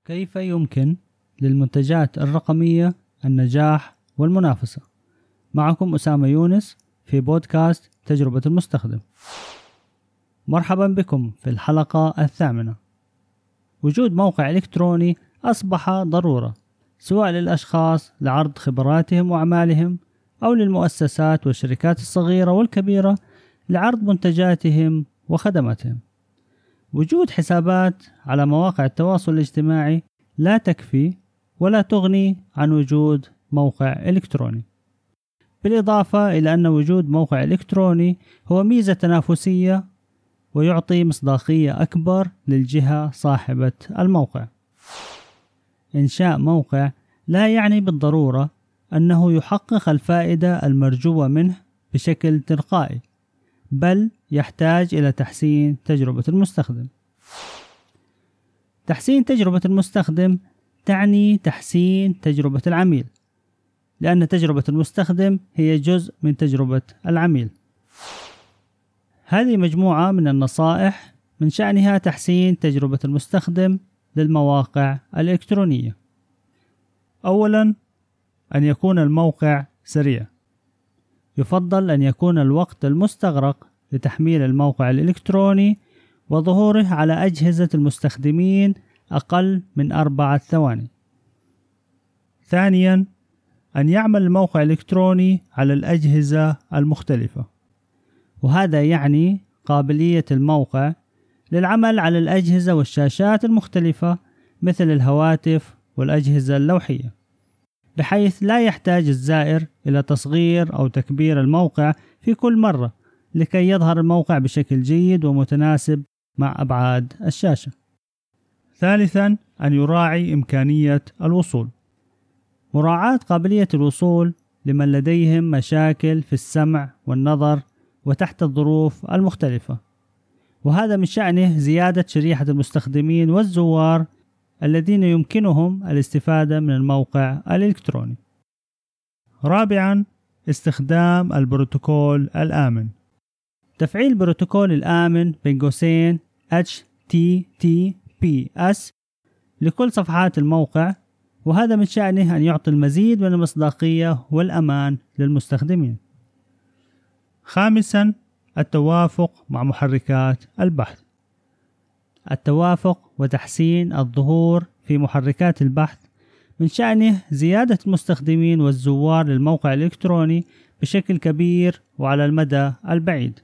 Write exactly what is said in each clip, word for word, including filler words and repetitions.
كيف يمكن للمنتجات الرقمية النجاح والمنافسة؟ معكم أسامة يونس في بودكاست تجربة المستخدم. مرحبا بكم في الحلقة الثامنة. وجود موقع إلكتروني أصبح ضرورة، سواء للأشخاص لعرض خبراتهم وأعمالهم، أو للمؤسسات والشركات الصغيرة والكبيرة لعرض منتجاتهم وخدماتهم. وجود حسابات على مواقع التواصل الاجتماعي لا تكفي ولا تغني عن وجود موقع إلكتروني، بالإضافة إلى أن وجود موقع إلكتروني هو ميزة تنافسية ويعطي مصداقية أكبر للجهة صاحبة الموقع. إنشاء موقع لا يعني بالضرورة أنه يحقق الفائدة المرجوة منه بشكل تلقائي، بل يحتاج إلى تحسين تجربة المستخدم. تحسين تجربة المستخدم تعني تحسين تجربة العميل، لأن تجربة المستخدم هي جزء من تجربة العميل. هذه مجموعة من النصائح من شأنها تحسين تجربة المستخدم للمواقع الإلكترونية. أولاً، أن يكون الموقع سريع. يفضل أن يكون الوقت المستغرق لتحميل الموقع الإلكتروني وظهوره على أجهزة المستخدمين أقل من أربعة ثواني. ثانياً، أن يعمل الموقع الإلكتروني على الأجهزة المختلفة، وهذا يعني قابلية الموقع للعمل على الأجهزة والشاشات المختلفة مثل الهواتف والأجهزة اللوحية، بحيث لا يحتاج الزائر إلى تصغير أو تكبير الموقع في كل مرة لكي يظهر الموقع بشكل جيد ومتناسب مع أبعاد الشاشة. ثالثاً، أن يراعي إمكانية الوصول. مراعاة قابلية الوصول لمن لديهم مشاكل في السمع والنظر وتحت الظروف المختلفة، وهذا من شأنه زيادة شريحة المستخدمين والزوار الذين يمكنهم الاستفادة من الموقع الإلكتروني. رابعاً، استخدام البروتوكول الآمن. تفعيل البروتوكول الآمن بين قوسين إتش تي تي بي إس لكل صفحات الموقع، وهذا من شأنه أن يعطي المزيد من المصداقية والأمان للمستخدمين. خامساً، التوافق مع محركات البحث. التوافق وتحسين الظهور في محركات البحث من شأنه زيادة المستخدمين والزوار للموقع الإلكتروني بشكل كبير وعلى المدى البعيد.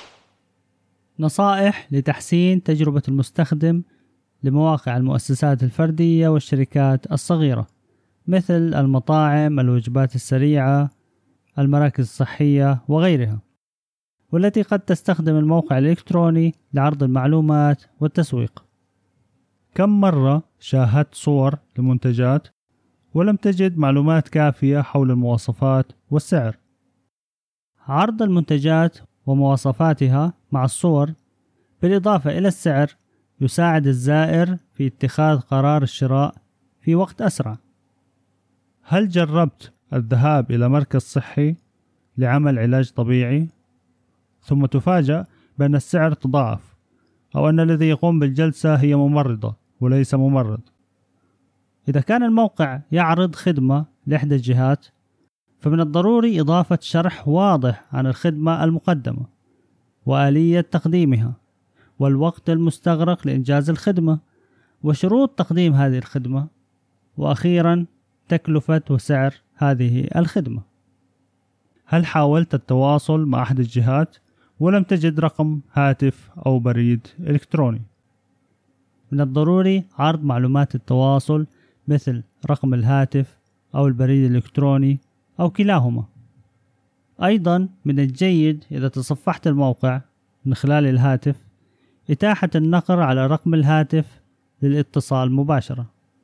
نصائح لتحسين تجربة المستخدم لمواقع المؤسسات الفردية والشركات الصغيرة مثل المطاعم، الوجبات السريعة، المراكز الصحية وغيرها، والتي قد تستخدم الموقع الإلكتروني لعرض المعلومات والتسويق. كم مرة شاهدت صور لمنتجات ولم تجد معلومات كافية حول المواصفات والسعر؟ عرض المنتجات ومواصفاتها مع الصور بالإضافة إلى السعر يساعد الزائر في اتخاذ قرار الشراء في وقت أسرع. هل جربت الذهاب إلى مركز صحي لعمل علاج طبيعي ثم تفاجأ بأن السعر تضاعف، أو أن الذي يقوم بالجلسة هي ممرضة وليس ممرض؟ إذا كان الموقع يعرض خدمة لإحدى الجهات، فمن الضروري إضافة شرح واضح عن الخدمة المقدمة وآلية تقديمها والوقت المستغرق لإنجاز الخدمة وشروط تقديم هذه الخدمة، وأخيرا تكلفة وسعر هذه الخدمة. هل حاولت التواصل مع أحد الجهات ولم تجد رقم هاتف أو بريد إلكتروني؟ من الضروري عرض معلومات التواصل مثل رقم الهاتف أو البريد الإلكتروني أو كلاهما. أيضا من الجيد إذا تصفحت الموقع من خلال الهاتف إتاحة النقر على رقم الهاتف للاتصال مباشرة.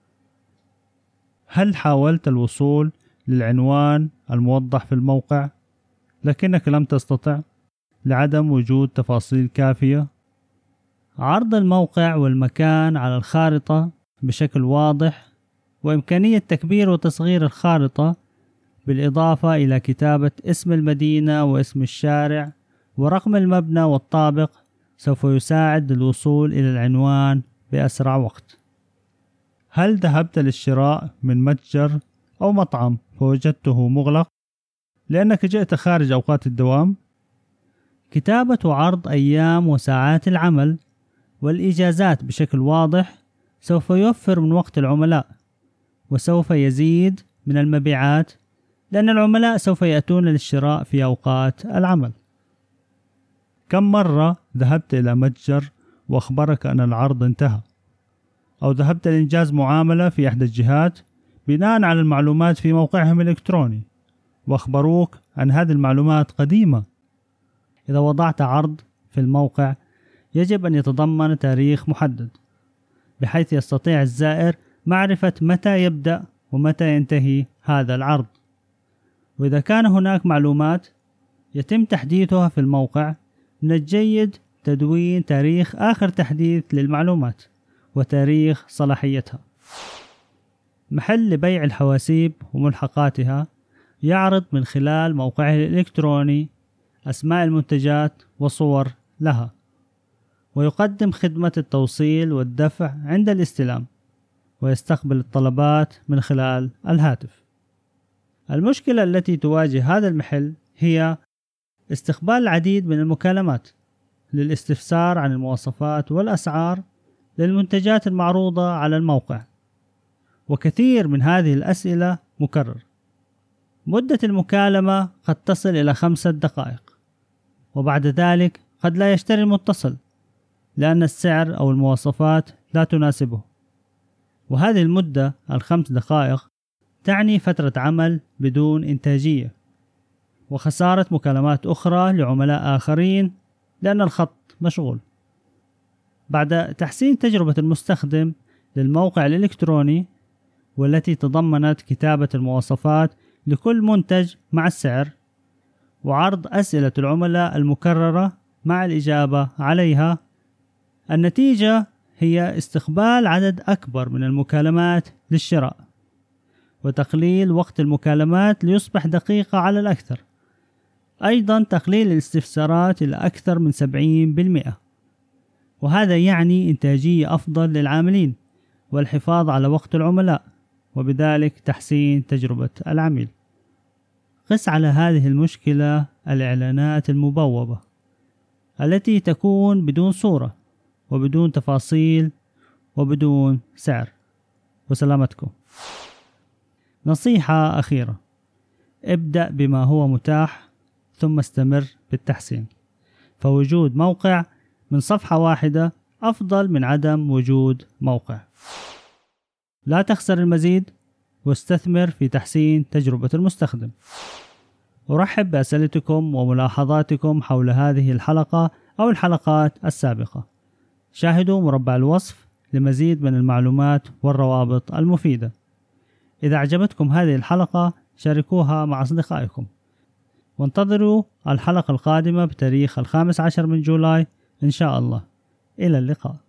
هل حاولت الوصول للعنوان الموضح في الموقع لكنك لم تستطع لعدم وجود تفاصيل كافية؟ عرض الموقع والمكان على الخارطة بشكل واضح وإمكانية تكبير وتصغير الخارطة بالإضافة إلى كتابة اسم المدينة واسم الشارع ورقم المبنى والطابق سوف يساعد الوصول إلى العنوان بأسرع وقت. هل ذهبت للشراء من متجر أو مطعم فوجدته مغلق لأنك جئت خارج أوقات الدوام؟ كتابة وعرض أيام وساعات العمل والإجازات بشكل واضح سوف يوفر من وقت العملاء، وسوف يزيد من المبيعات لأن العملاء سوف يأتون للشراء في أوقات العمل. كم مرة ذهبت إلى متجر وأخبرك أن العرض انتهى، أو ذهبت لإنجاز معاملة في إحدى الجهات بناء على المعلومات في موقعهم الإلكتروني وأخبروك أن هذه المعلومات قديمة؟ إذا وضعت عرض في الموقع يجب أن يتضمن تاريخ محدد بحيث يستطيع الزائر معرفة متى يبدأ ومتى ينتهي هذا العرض. وإذا كان هناك معلومات يتم تحديثها في الموقع، من الجيد تدوين تاريخ آخر تحديث للمعلومات وتاريخ صلاحيتها. محل لبيع الحواسيب وملحقاتها يعرض من خلال موقعه الإلكتروني أسماء المنتجات وصور لها، ويقدم خدمة التوصيل والدفع عند الاستلام، ويستقبل الطلبات من خلال الهاتف. المشكلة التي تواجه هذا المحل هي استقبال العديد من المكالمات للاستفسار عن المواصفات والأسعار للمنتجات المعروضة على الموقع، وكثير من هذه الأسئلة مكرر. مدة المكالمة قد تصل إلى خمسة دقائق، وبعد ذلك قد لا يشتري المتصل لأن السعر أو المواصفات لا تناسبه. وهذه المدة الخمس دقائق تعني فترة عمل بدون إنتاجية وخسارة مكالمات أخرى لعملاء آخرين لأن الخط مشغول. بعد تحسين تجربة المستخدم للموقع الإلكتروني والتي تضمنت كتابة المواصفات لكل منتج مع السعر وعرض أسئلة العملاء المكررة مع الإجابة عليها، النتيجة هي استقبال عدد أكبر من المكالمات للشراء وتقليل وقت المكالمات ليصبح دقيقة على الأكثر. أيضا تقليل الاستفسارات إلى أكثر من سبعين بالمئة، وهذا يعني إنتاجية أفضل للعاملين والحفاظ على وقت العملاء وبذلك تحسين تجربة العميل. قس على هذه المشكلة الإعلانات المبوبة التي تكون بدون صورة وبدون تفاصيل وبدون سعر. وسلامتكم. نصيحة أخيرة: ابدأ بما هو متاح ثم استمر بالتحسين، فوجود موقع من صفحة واحدة أفضل من عدم وجود موقع. لا تخسر المزيد واستثمر في تحسين تجربة المستخدم. أرحب بأسئلتكم وملاحظاتكم حول هذه الحلقة أو الحلقات السابقة. شاهدوا مربع الوصف لمزيد من المعلومات والروابط المفيدة. إذا أعجبتكم هذه الحلقة شاركوها مع أصدقائكم، وانتظروا الحلقة القادمة بتاريخ الخامس عشر من جولاي إن شاء الله. إلى اللقاء.